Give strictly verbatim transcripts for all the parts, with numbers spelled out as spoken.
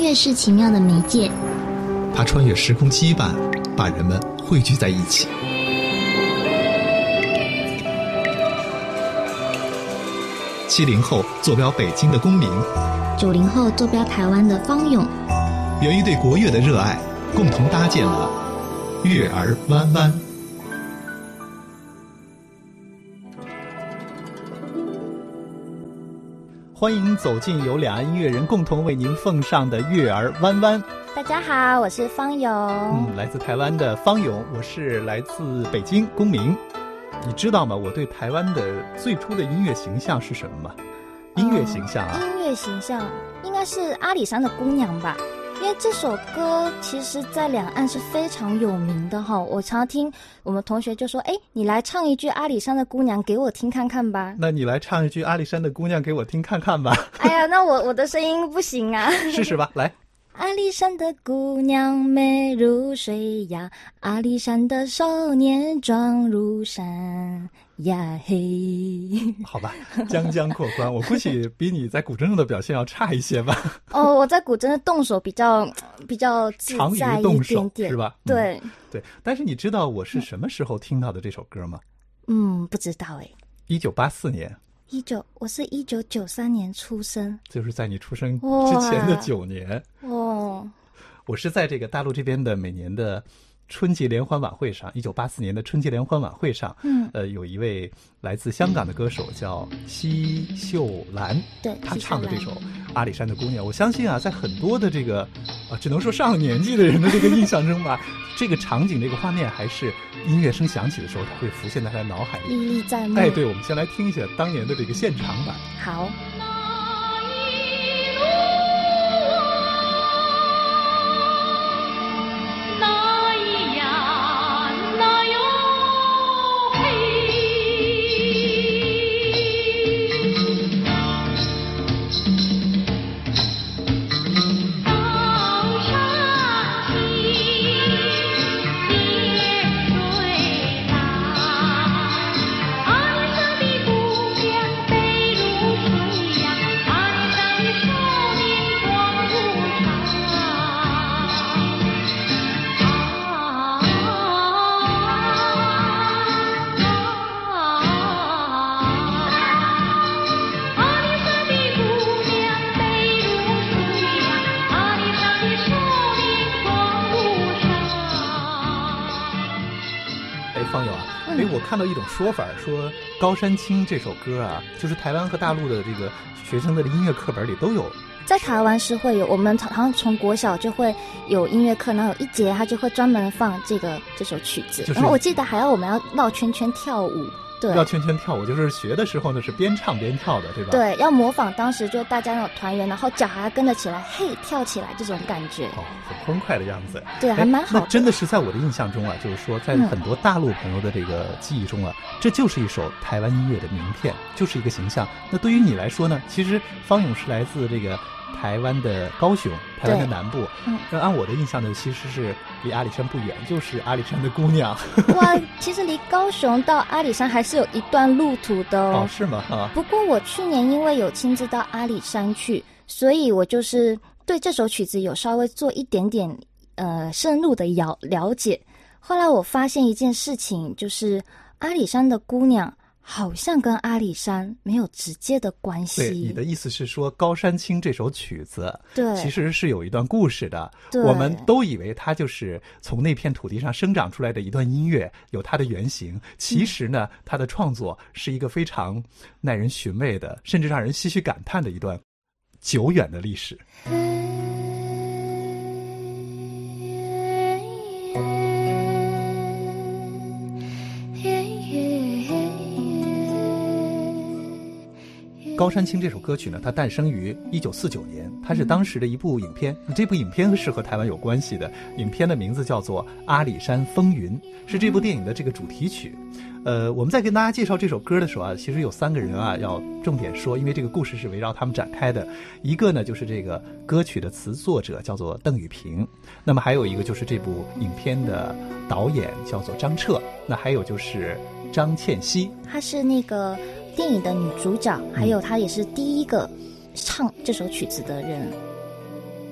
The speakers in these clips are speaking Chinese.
乐是奇妙的媒介， 它穿越时空羁绊，把人们汇聚在一起。七零后坐标北京的公民， 九零后坐标台湾的方勇， 源于对国乐的热爱，共同搭建了乐儿弯弯。 欢迎走进由两岸音乐人共同为您奉上的乐儿弯弯。 大家好，我是方勇。 嗯，来自台湾的方勇，我是来自北京公民。你知道吗？我对台湾的最初的音乐形象是什么吗？音乐形象啊？ 嗯、音乐形象应该是阿里山的姑娘吧。因为这首歌其实在两岸是非常有名的哈，我常听我们同学就说，哎，你来唱一句阿里山的姑娘给我听看看吧。 那你来唱一句阿里山的姑娘给我听看看吧。 哎呀，那我我的声音不行啊。 试试吧，来。 阿里山的姑娘美如水呀，阿里山的少年壮如山呀嘿。 好吧，将将过关。我估计比你在古筝上的表现要差一些吧。 哦，我在古筝的动手比较比较自在一点点， 是吧？ 对、 嗯、对。但是你知道我是什么时候听到的这首歌吗？ 嗯，不知道哎。 一九八四年。 一九，我是一九九三年出生， 就是在你出生之前的九年。 哦， 我是在这个大陆这边的每年的春节联欢晚会上，一九八四年的春节联欢晚会上，嗯，呃，有一位来自香港的歌手叫奚秀兰， 对， 他唱的这首《阿里山的姑娘》，我相信啊，在很多的这个啊，只能说上了年纪的人的这个印象中吧，这个场景、这个画面，还是音乐声响起的时候，它会浮现在他的脑海里， 历历在目。 哎，对，我们先来听一下当年的这个现场版。 好。 我看到一种说法，说高山青这首歌啊，就是台湾和大陆的这个学生的音乐课本里都有。 在台湾是会有，我们好像从国小就会有音乐课，然后有一节他就会专门放这个这首曲子，就是、然后我记得还要我们要绕圈圈跳舞。对， 绕圈圈跳舞，就是学的时候呢是边唱边跳的，对吧？ 对，要模仿当时就大家那种团员，然后脚还要跟着起来，嘿，跳起来这种感觉。 哦，很欢快的样子。 对，还蛮好的。 那真的是在我的印象中啊，就是说在很多大陆朋友的这个记忆中啊，嗯、这就是一首台湾音乐的名片，就是一个形象。那对于你来说呢，其实方勇是来自这个台湾的高雄，台湾的南部。嗯，按我的印象呢，其实是离阿里山不远，就是阿里山的姑娘。 哇，其实离高雄到阿里山还是有一段路途的哦。 哦，是吗？啊。 不过我去年因为有亲自到阿里山去，所以我就是对这首曲子有稍微做一点点呃深入的了了解。后来我发现一件事情，就是阿里山的姑娘好像跟阿里山没有直接的关系。 对，你的意思是说高山青这首曲子对其实是有一段故事的， 对， 我们都以为它就是从那片土地上生长出来的一段音乐，有它的原型。其实呢、嗯、它的创作是一个非常耐人寻味的，甚至让人唏嘘感叹的一段久远的历史。高山青这首歌曲呢，它诞生于一九四九年，它是当时的一部影片。这部影片是和台湾有关系的，影片的名字叫做《阿里山风云》，是这部电影的这个主题曲。呃，我们在跟大家介绍这首歌的时候啊，其实有三个人啊要重点说，因为这个故事是围绕他们展开的。一个呢就是这个歌曲的词作者叫做邓雨萍，那么还有一个就是这部影片的导演叫做张彻，那还有就是张倩熙， 她是那个电影的女主角，还有她也是第一个唱这首曲子的人。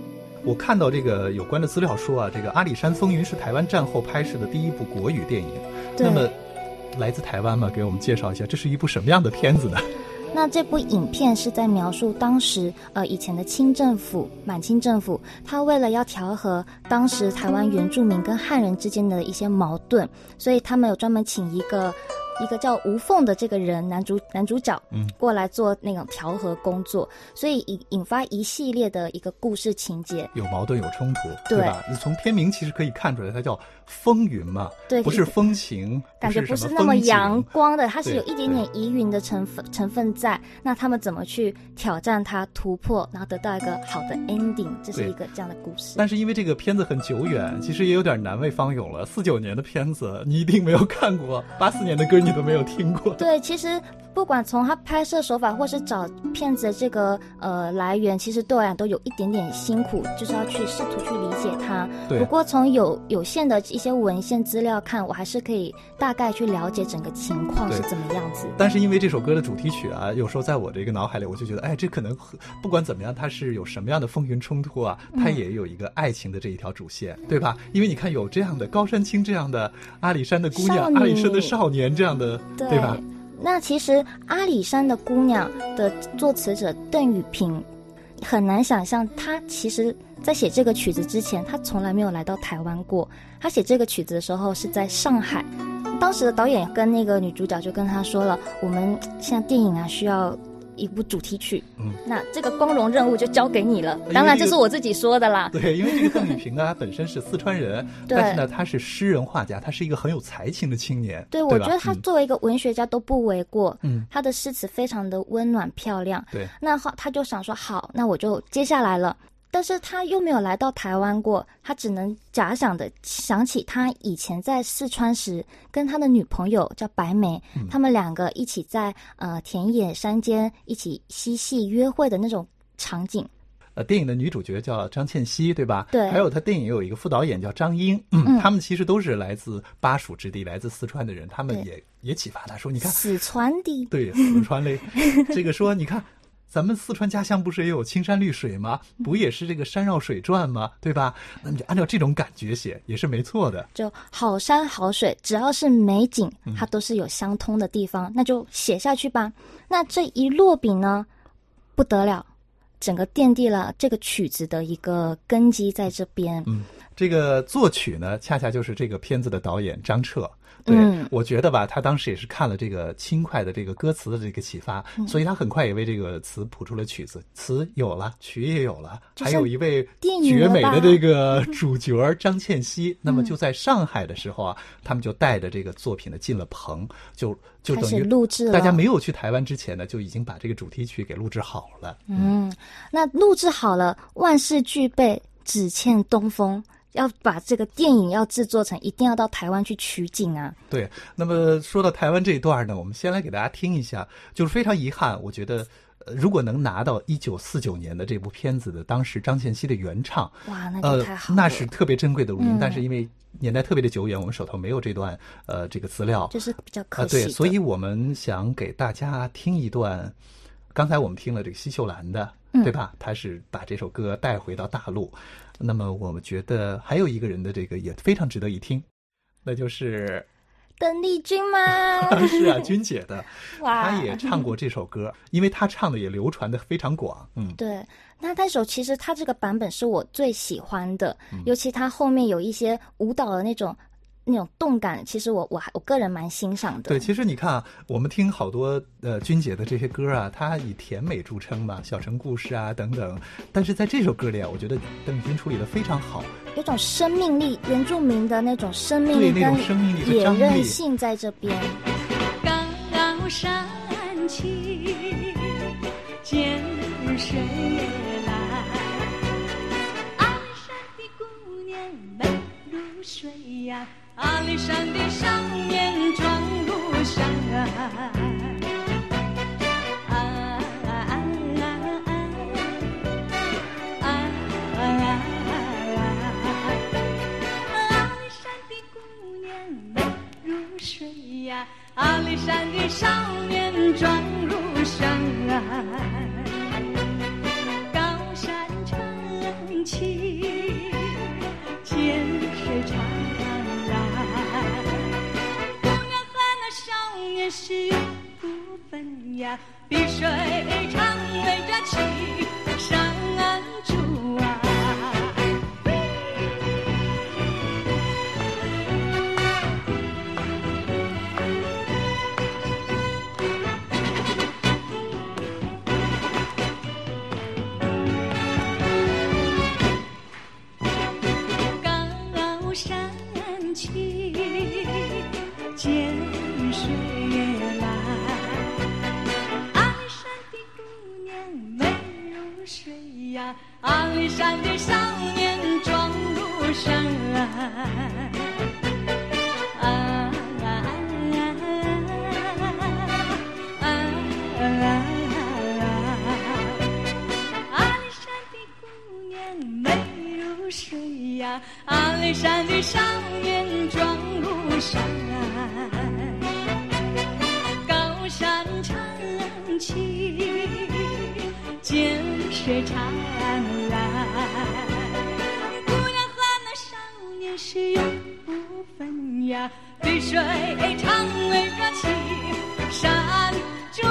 我看到这个有关的资料说啊，这个《阿里山风云》是台湾战后拍摄的第一部国语电影。那么来自台湾嘛，给我们介绍一下，这是一部什么样的片子呢？ 那这部影片是在描述当时呃以前的清政府满清政府，他为了要调和当时台湾原住民跟汉人之间的一些矛盾，所以他们有专门请一个一个叫吴凤的这个人，男主男主角，嗯，过来做那种调和工作，所以引引发一系列的一个故事情节， 有矛盾有冲突， 对, 对吧？你从片名其实可以看出来，它叫风云嘛， 对， 不是风情， 感觉不是那么阳光的，它是有一点点疑云的成分成分在。那他们怎么去挑战它、突破，然后得到一个好的 ending？ 这是一个这样的故事。 但是因为这个片子很久远，其实也有点难为方勇了。四九年的片子，你一定没有看过；八四年的歌，你都没有听过。 对，其实不管从他拍摄手法，或是找片子的这个呃来源，其实对我来讲都有一点点辛苦，就是要去试图去理解它。 对。 不过从有有限的一些文献资料看，我还是可以大概去了解整个情况是怎么样子。 但是因为这首歌的主题曲啊，有时候在我这个脑海里，我就觉得，哎，这可能不管怎么样，它是有什么样的风云冲突啊，它也有一个爱情的这一条主线，嗯、对吧？因为你看有这样的高山青这样的阿里山的姑娘，阿里山的少年这样的，对, 对吧？ 那其实阿里山的姑娘的作词者邓雨萍，很难想象她其实在写这个曲子之前，她从来没有来到台湾过。她写这个曲子的时候是在上海，当时的导演跟那个女主角就跟她说了，我们现在电影啊需要一部主题曲，嗯，那这个光荣任务就交给你了。当然这是我自己说的啦。 对，因为这个邓雨萍呢，她本身是四川人，但是呢，她是诗人画家，她是一个很有才情的青年。 对，我觉得她作为一个文学家都不为过。嗯，她的诗词非常的温暖漂亮。 对， 那她就想说，好，那我就接下来了。但是他又没有来到台湾过，他只能假想的想起他以前在四川时跟他的女朋友叫白梅，嗯、他们两个一起在呃田野山间一起嬉戏约会的那种场景。 呃，电影的女主角叫张倩熙，对吧？ 对。 还有他电影有一个副导演叫张英，嗯，嗯他们其实都是来自巴蜀之地，来自四川的人，他们也也启发他说，你看四川的， 对，四川嘞，这个说你看。咱们四川家乡不是也有青山绿水吗？不也是这个山绕水转吗？对吧？那你就按照这种感觉写也是没错的。 就好山好水，只要是美景，它都是有相通的地方，嗯、那就写下去吧。那这一落笔呢，不得了，整个奠定了这个曲子的一个根基在这边。 嗯，这个作曲呢，恰恰就是这个片子的导演张彻。对、嗯，我觉得吧，他当时也是看了这个轻快的这个歌词的这个启发、嗯，所以他很快也为这个词谱出了曲子，词有了，曲也有了，还有一位绝美的这个主角张倩熙。嗯、那么就在上海的时候啊，他们就带着这个作品呢进了棚，就就等于录制了。 大家没有去台湾之前呢，就已经把这个主题曲给录制好了。 嗯，那录制好了，万事俱备，只欠东风。要把这个电影要制作成，一定要到台湾去取景啊。 对，那么说到台湾这一段呢，我们先来给大家听一下。就是非常遗憾，我觉得，呃，如果能拿到一九四九年的这部片子的当时张倩熙的原唱， 哇，那就太好了， 呃，那是特别珍贵的录音、嗯。但是因为年代特别的久远，我们手头没有这段呃这个资料， 这是比较可惜的、 呃。对，所以我们想给大家听一段。刚才我们听了这个奚秀兰的，对吧？他是把这首歌带回到大陆。那么我们觉得还有一个人的这个也非常值得一听，那就是邓丽君吗？ 是啊，君姐的，她也唱过这首歌，因为她唱的也流传的非常广。嗯， 对。那那首其实她这个版本是我最喜欢的，嗯、尤其她后面有一些舞蹈的那种。那种动感，其实我我我个人蛮欣赏的。 对，其实你看啊，我们听好多呃君姐的这些歌啊，她以甜美著称嘛，小城故事啊等等。但是在这首歌里啊，我觉得邓丽君处理的非常好， 有种生命力，原住民的那种生命力跟野韧性在这边。 高山青，见水来，阿里山的姑娘美如水呀。阿里山的少年壮如山，啊啊啊啊啊啊啊！阿里山的姑娘美如水呀，阿里山的少年壮如山，高山长青。 呀，碧水常围着青山住啊。高山青，涧水来，阿里山的姑娘美如水呀，阿里山的少年壮如山。啊啊啊啊！阿里山的姑娘美如水呀，阿里山的少年壮如山。高山长青，涧水长来，姑娘和那少年是永不分呀，碧水常围着青山转。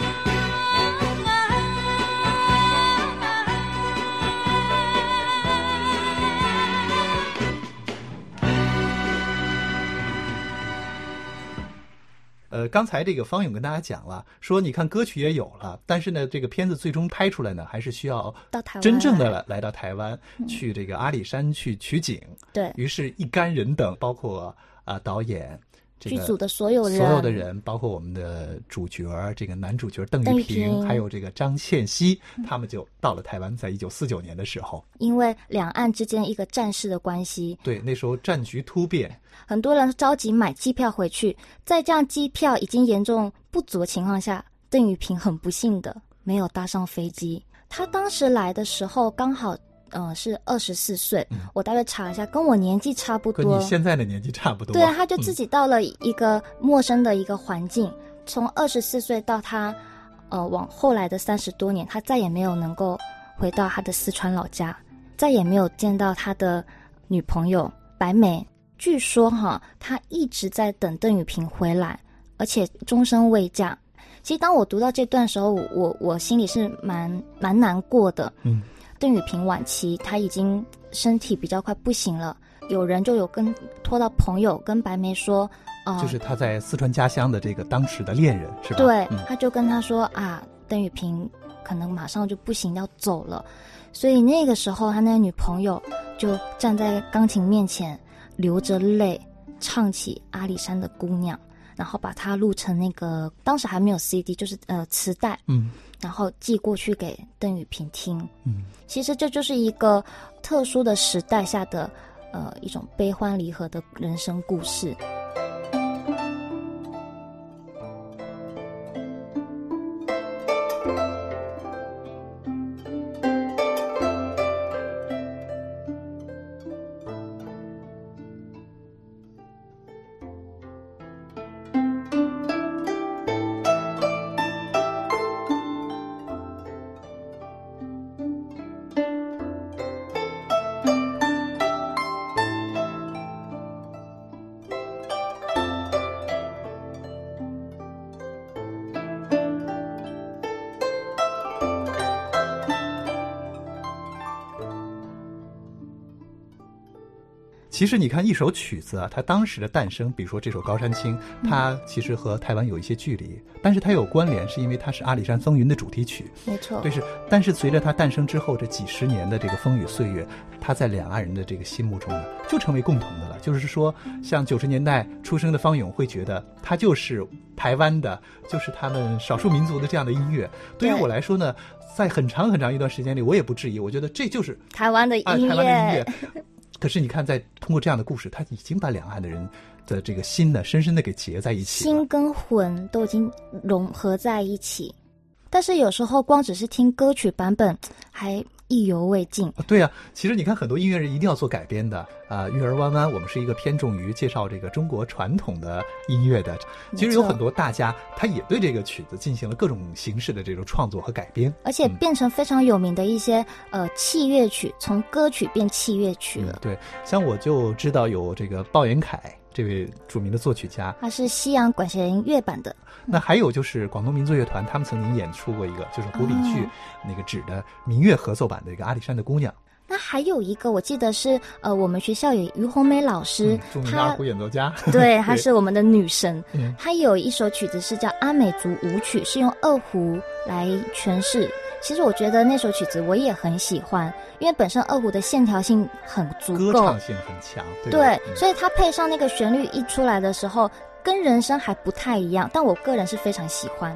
呃，刚才这个方勇跟大家讲了，说你看歌曲也有了，但是呢，这个片子最终拍出来呢，还是需要到台湾真正的来来到台湾，嗯、去这个阿里山去取景。 对于是，一干人等，包括啊、呃、导演。这个、 剧组的所有人， 所有的人，包括我们的主角，这个男主角邓玉平，还有这个张茜茜，嗯、他们就到了台湾，在一九四九年的时候， 因为两岸之间一个战事的关系， 对，那时候战局突变， 很多人着急买机票回去，在这样机票已经严重不足的情况下，邓玉平很不幸的没有搭上飞机。他当时来的时候刚好。呃，是二十四岁，嗯、我大概查一下，跟我年纪差不多， 跟你现在的年纪差不多。 对，他就自己到了一个陌生的一个环境，嗯、从二十四岁到他，呃，往后来的三十多年，他再也没有能够回到他的四川老家，再也没有见到他的女朋友白梅。据说哈，他一直在等邓玉平回来，而且终身未嫁。其实当我读到这段的时候，我我心里是蛮蛮难过的。嗯。邓玉平晚期，他已经身体比较快不行了。有人就有跟托到朋友跟白梅说，啊、呃， 就是他在四川家乡的这个当时的恋人，是吧？ 对， 嗯、 他就跟他说啊，邓玉平可能马上就不行，要走了。所以那个时候，他那个女朋友就站在钢琴面前，流着泪唱起《阿里山的姑娘》，然后把它录成那个当时还没有 C D， 就是呃磁带。嗯。然后寄过去给邓玉平听，嗯，其实这就是一个特殊的时代下的，呃，一种悲欢离合的人生故事。 其实你看一首曲子啊，它当时的诞生，比如说这首《高山青》，它其实和台湾有一些距离，但是它有关联，是因为它是《阿里山风云》的主题曲。 没错。 对，是。但是随着它诞生之后，这几十年的这个风雨岁月，它在两岸人的这个心目中呢，就成为共同的了。就是说，像九十年代出生的方勇会觉得，它就是台湾的，就是他们少数民族的这样的音乐。对于我来说呢，在很长很长一段时间里，我也不质疑，我觉得这就是台湾的音乐。 啊、台湾的音乐。可是你看，在通过这样的故事，他已经把两岸的人的这个心呢，深深的给结在一起了， 心跟魂都已经融合在一起。但是有时候光只是听歌曲版本，还意犹未尽。 对啊，其实你看很多音乐人一定要做改编的啊。月儿弯弯，我们是一个偏重于介绍这个中国传统的音乐的。其实有很多大家，他也对这个曲子进行了各种形式的这种创作和改编， 而且变成非常有名的一些、嗯、呃器乐曲，从歌曲变器乐曲了、 嗯。对，像我就知道有这个鲍元凯。 这位著名的作曲家， 它是西洋管弦乐版的。 那还有就是广东民族乐团，他们曾经演出过一个就是胡炳旭那个指的民乐合奏版的一个阿里山的姑娘。 那还有一个我记得是呃，我们学校有于红梅老师， 嗯、著名的二胡演奏家， 对，她是我们的女神。 嗯， 她有一首曲子是叫《阿美族舞曲》，是用二胡来诠释。其实我觉得那首曲子我也很喜欢，因为本身二胡的线条性很足够， 歌唱性很强，对吧？ 对， 嗯、 所以它配上那个旋律一出来的时候，跟人声还不太一样，但我个人是非常喜欢。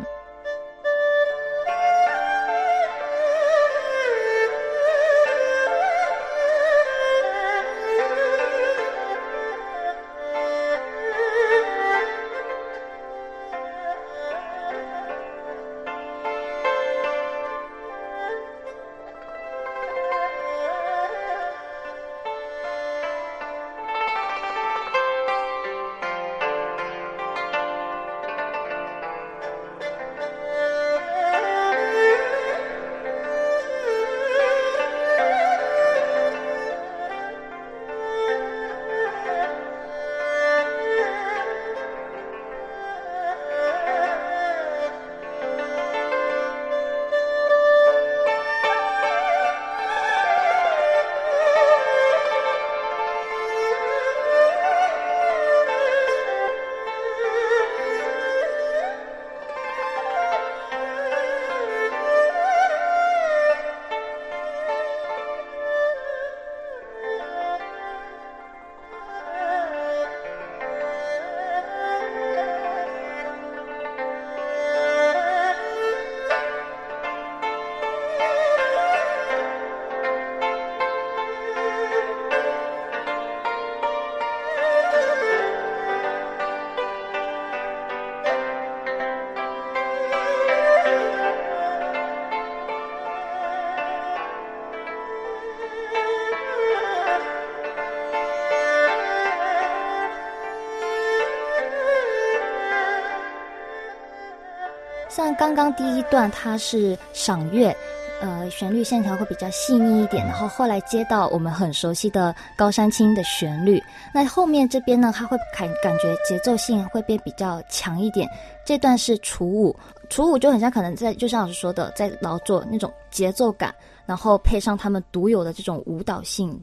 像刚刚第一段它是赏月，呃，旋律线条会比较细腻一点，然后后来接到我们很熟悉的高山青的旋律，那后面这边呢，它会感感觉节奏性会变比较强一点。这段是楚舞，楚舞就很像可能在就像老师说的，在劳作那种节奏感，然后配上他们独有的这种舞蹈性。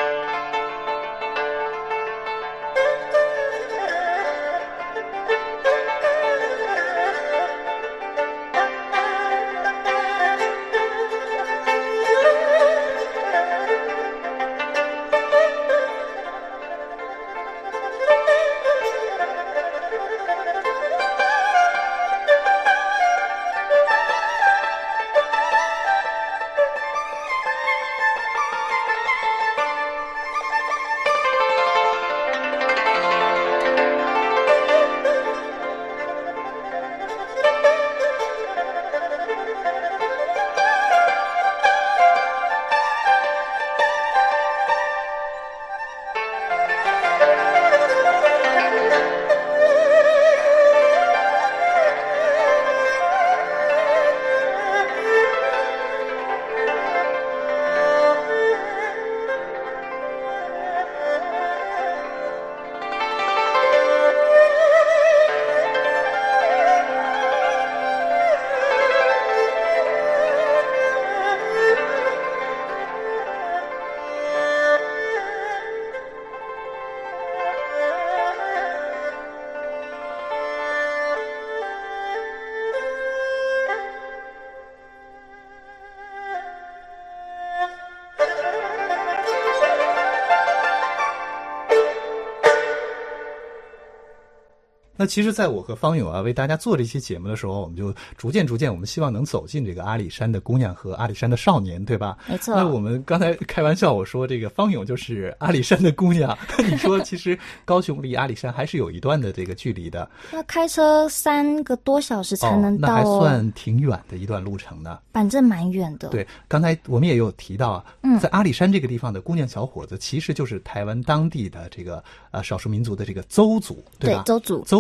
那其实在我和方勇啊为大家做这期节目的时候，我们就逐渐逐渐我们希望能走进这个阿里山的姑娘和阿里山的少年，对吧？ 没错。 那我们刚才开玩笑我说这个方勇就是阿里山的姑娘，你说其实高雄离阿里山还是有一段的这个距离的。 那开车三个多小时才能到、哦哦、那还算挺远的一段路程呢。 反正蛮远的。 对，刚才我们也有提到啊， 嗯， 在阿里山这个地方的姑娘小伙子其实就是台湾当地的这个呃少数民族的这个邹族，对吧？ 对，邹族。 邹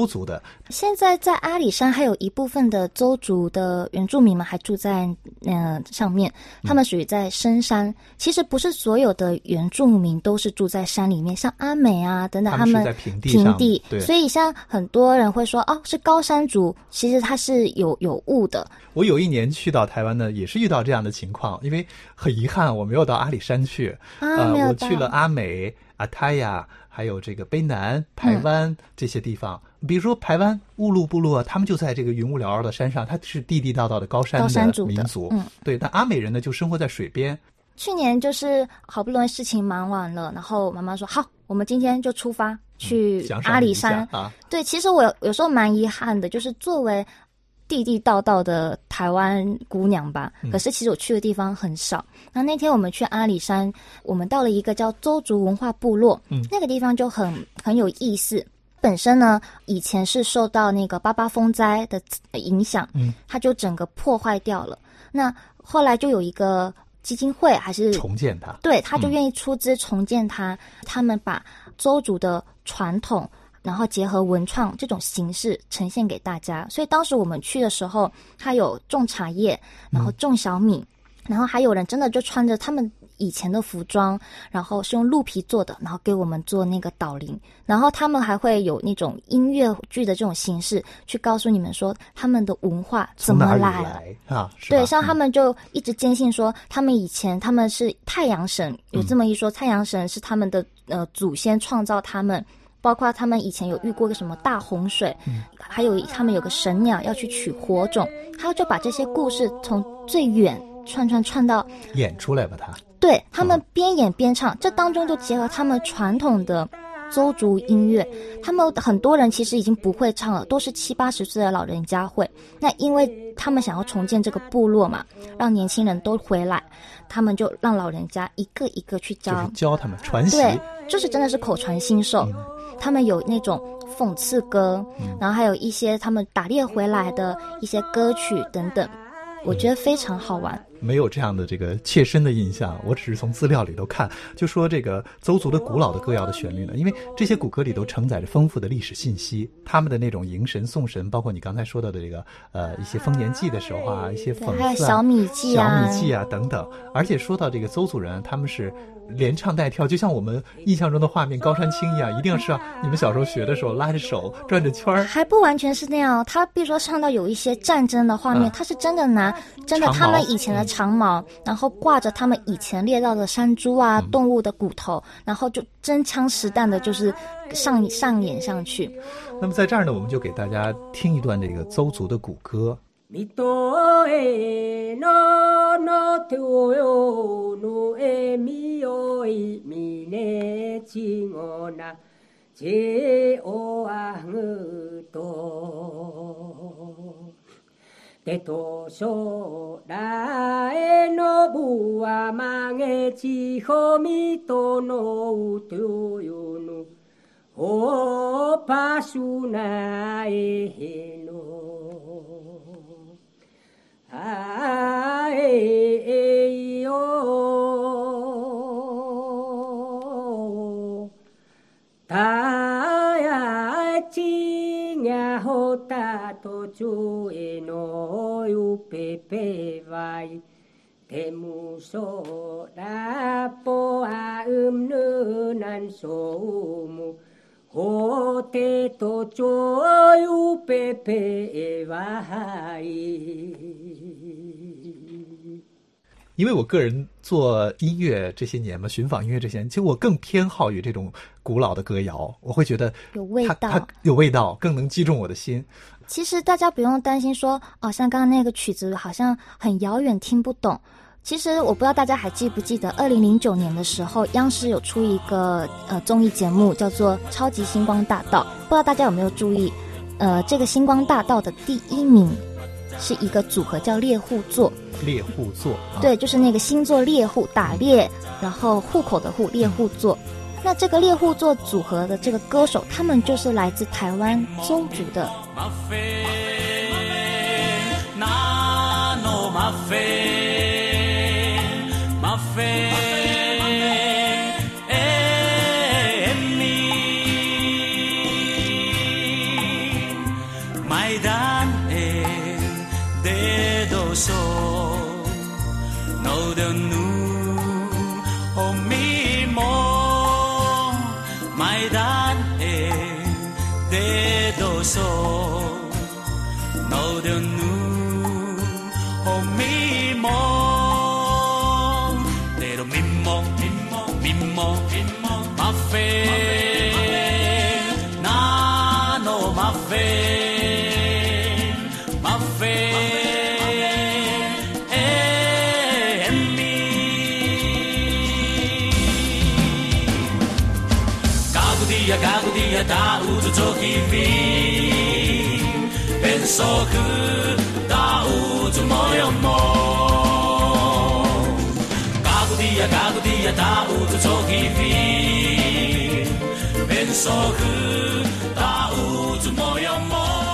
族的。 现在在阿里山还有一部分的邹族的原住民们还住在呃上面，他们属于在深山、嗯、其实不是所有的原住民都是住在山里面，像阿美啊等等，他们是在平地上， 平地， 对， 所以像很多人会说哦是高山族，其实它是有有误的。 我有一年去到台湾呢，也是遇到这样的情况，因为很遗憾我没有到阿里山去啊、 呃， 没有我去了阿美、阿泰亚，还有这个卑南、排湾、嗯、这些地方。比如说排湾乌鲁部落，他们就在这个云雾缭绕的山上，它是地地道道的高山的民族。嗯，对。但阿美人呢，就生活在水边。 去年就是好不容易事情忙完了，然后妈妈说好，我们今天就出发去阿里山、 嗯、啊。 对，其实我有有时候蛮遗憾的，就是作为地地道道的台湾姑娘吧，可是其实我去的地方很少。那、嗯、那天我们去阿里山，我们到了一个叫邹族文化部落，嗯，那个地方就很很有意思。本身呢，以前是受到那个八八风灾的影响，嗯，它就整个破坏掉了。那后来就有一个基金会还是重建它， 对，他就愿意出资重建它。嗯、他们把邹族的传统，然后结合文创这种形式呈现给大家。所以当时我们去的时候，他有种茶叶，然后种小米，嗯、然后还有人真的就穿着他们以前的服装，然后是用鹿皮做的，然后给我们做那个导聆，然后他们还会有那种音乐剧的这种形式去告诉你们说他们的文化怎么来了啊？ 对，像他们就一直坚信说他们以前他们是太阳神，有这么一说，嗯、太阳神是他们的呃祖先创造他们。包括他们以前有遇过个什么大洪水，嗯、还有他们有个神鸟要去取火种，他就把这些故事从最远串串串到演出来吧，他对他们边演边唱，嗯、这当中就结合他们传统的邹族音乐。他们很多人其实已经不会唱了，都是七八十岁的老人家会。那因为他们想要重建这个部落嘛，让年轻人都回来，他们就让老人家一个一个去教， 就是教他们传习， 对，就是真的是口传心授。嗯、他们有那种讽刺歌，嗯、然后还有一些他们打猎回来的一些歌曲等等，我觉得非常好玩。 嗯、没有这样的这个切身的印象，我只是从资料里头看，就说这个邹族的古老的歌谣的旋律呢，因为这些古歌里都承载着丰富的历史信息，他们的那种迎神送神，包括你刚才说到的这个呃一些丰年祭的时候啊，一些讽刺、啊、 还有小米祭啊、 小米祭啊等等。而且说到这个邹族人，他们是连唱带跳，就像我们印象中的画面高山青一样，一定是啊，你们小时候学的时候拉着手转着圈儿， 还不完全是那样。他比如说唱到有一些战争的画面，嗯、他是真的拿真的他们以前的长矛，嗯、然后挂着他们以前猎到的山猪啊、嗯、动物的骨头，然后就真枪实弹的，就是上上演上去。 那么在这儿呢，我们就给大家听一段这个邹族的古歌。 みとえののておよのえみよいみねちごなちおあぐとてとしょらえのぶわまげちほみとのうておよのおぱしゅなえへの啊哎哎哟，大呀金呀好大多就哎诺有贝贝vai，te muso da po a um nu nan so mu。我的多做有贝贝哇！ 因为我个人做音乐这些年嘛，寻访音乐这些年，其实我更偏好于这种古老的歌谣，我会觉得有味道， 它有味道，更能击中我的心。 其实大家不用担心说，哦，像刚刚那个曲子好像很遥远，听不懂。其实我不知道大家还记不记得，二零零九年的时候，央视有出一个呃综艺节目，叫做《超级星光大道》。不知道大家有没有注意，呃，这个星光大道的第一名是一个组合叫猎户座。 猎户座，啊、 对，就是那个星座猎户，打猎，然后户口的户，猎户座。那这个猎户座组合的这个歌手，他们就是来自台湾邹族的。 도서 너던 누 호미모 마이단에 대도서 너던 누 호미모 대로 민모 민모 민모 민모 마페 나노 마페 가구디야 다우주 조기비 벤소그 다우주 모여모 가구디야 가구디야 다우주 조기비 벤소그 다우주 모여모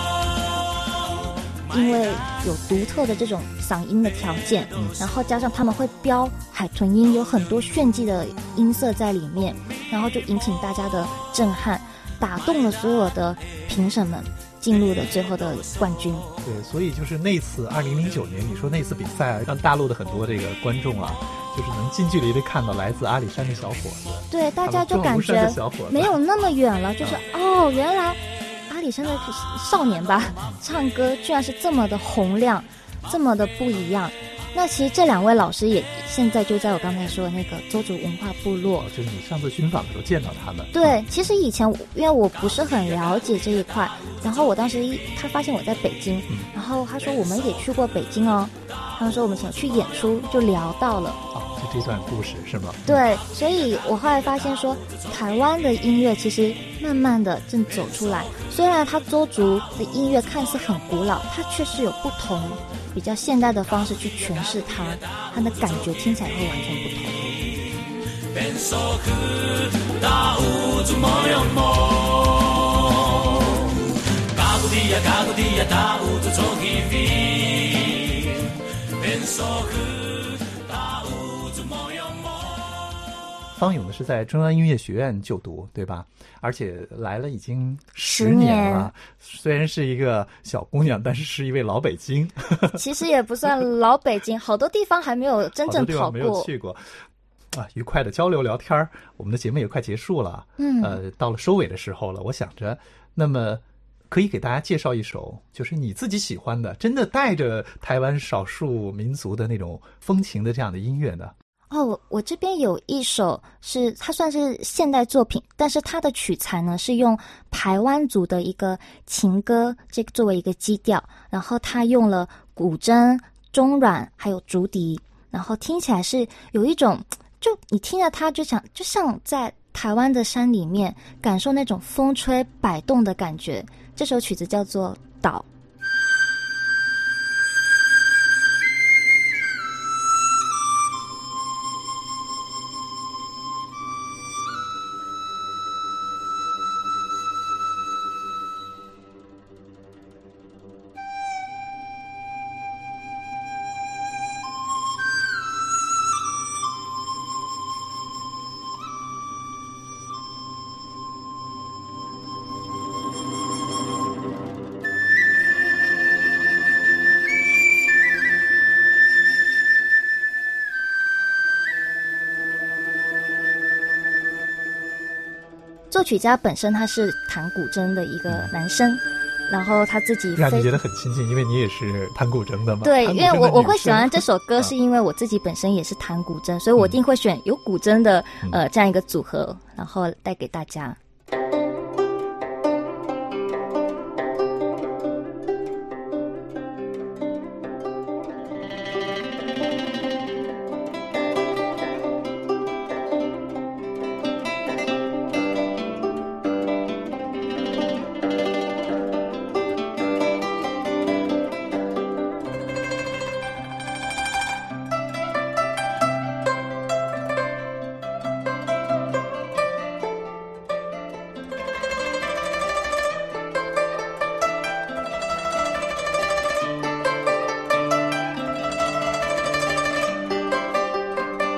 因为有独特的这种嗓音的条件，然后加上他们会飙海豚音，有很多炫技的音色在里面，然后就引起大家的震撼，打动了所有的评审们，进入了最后的冠军。 对，所以就是那次二零零九年，你说那次比赛让大陆的很多这个观众啊，就是能近距离的看到来自阿里山的小伙子。 对，大家就感觉没有那么远了，就是哦，原来阿里山的少年吧，唱歌居然是这么的洪亮，这么的不一样。那其实这两位老师也现在就在我刚才说的那个邹族文化部落， 就是你上次寻访的时候见到他们。 对，其实以前因为我不是很了解这一块，然后我当时一他发现我在北京，嗯、然后他说我们也去过北京哦，他们说我们想去演出，就聊到了。 哦，就这段故事是吗？ 对，所以我后来发现说，台湾的音乐其实慢慢的正走出来，虽然它邹族的音乐看似很古老，它确实有不同比较现代的方式去诠释它，它的感觉听起来会完全不同。 方勇呢是在中央音乐学院就读，对吧？而且来了已经十年了，虽然是一个小姑娘，但是是一位老北京。 其实也不算老北京，好多地方还没有真正跑过， 没有去过。啊，愉快的交流聊天，我们的节目也快结束了， 嗯， 呃，到了收尾的时候了。我想着，那么可以给大家介绍一首，就是你自己喜欢的，真的带着台湾少数民族的那种风情的这样的音乐呢？ 哦，我这边有一首是它算是现代作品，但是它的曲材呢是用排湾族的一个情歌这个作为一个基调，然后它用了古筝、中阮还有竹笛，然后听起来是有一种，就你听着它就想就像在台湾的山里面感受那种风吹摆动的感觉。这首曲子叫做《岛》。作曲家本身他是弹古筝的一个男生，然后他自己让你觉得很亲近，因为你也是弹古筝的嘛。 对，因为我我会喜欢这首歌，是因为我自己本身也是弹古筝，所以我一定会选有古筝的、嗯、呃这样一个组合，然后带给大家。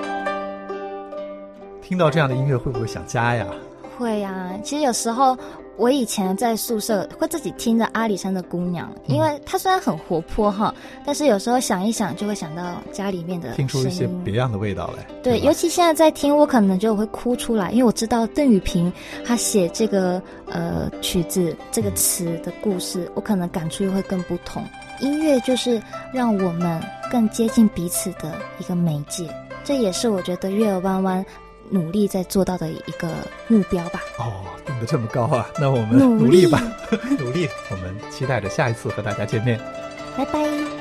听到这样的音乐会不会想家呀？ 会呀、啊，其实有时候我以前在宿舍会自己听着阿里山的姑娘，因为她虽然很活泼哈，但是有时候想一想就会想到家里面的声音， 听出一些别样的味道来。 对，尤其现在在听，我可能就会哭出来，因为我知道邓雨萍她写这个呃曲子这个词的故事，我可能感触又会更不同。音乐就是让我们更接近彼此的一个媒介，这也是我觉得月儿弯弯努力在做到的一个目标吧。 哦，定得这么高啊，那我们努力努力吧努力，我们期待着下一次和大家见面。 拜拜。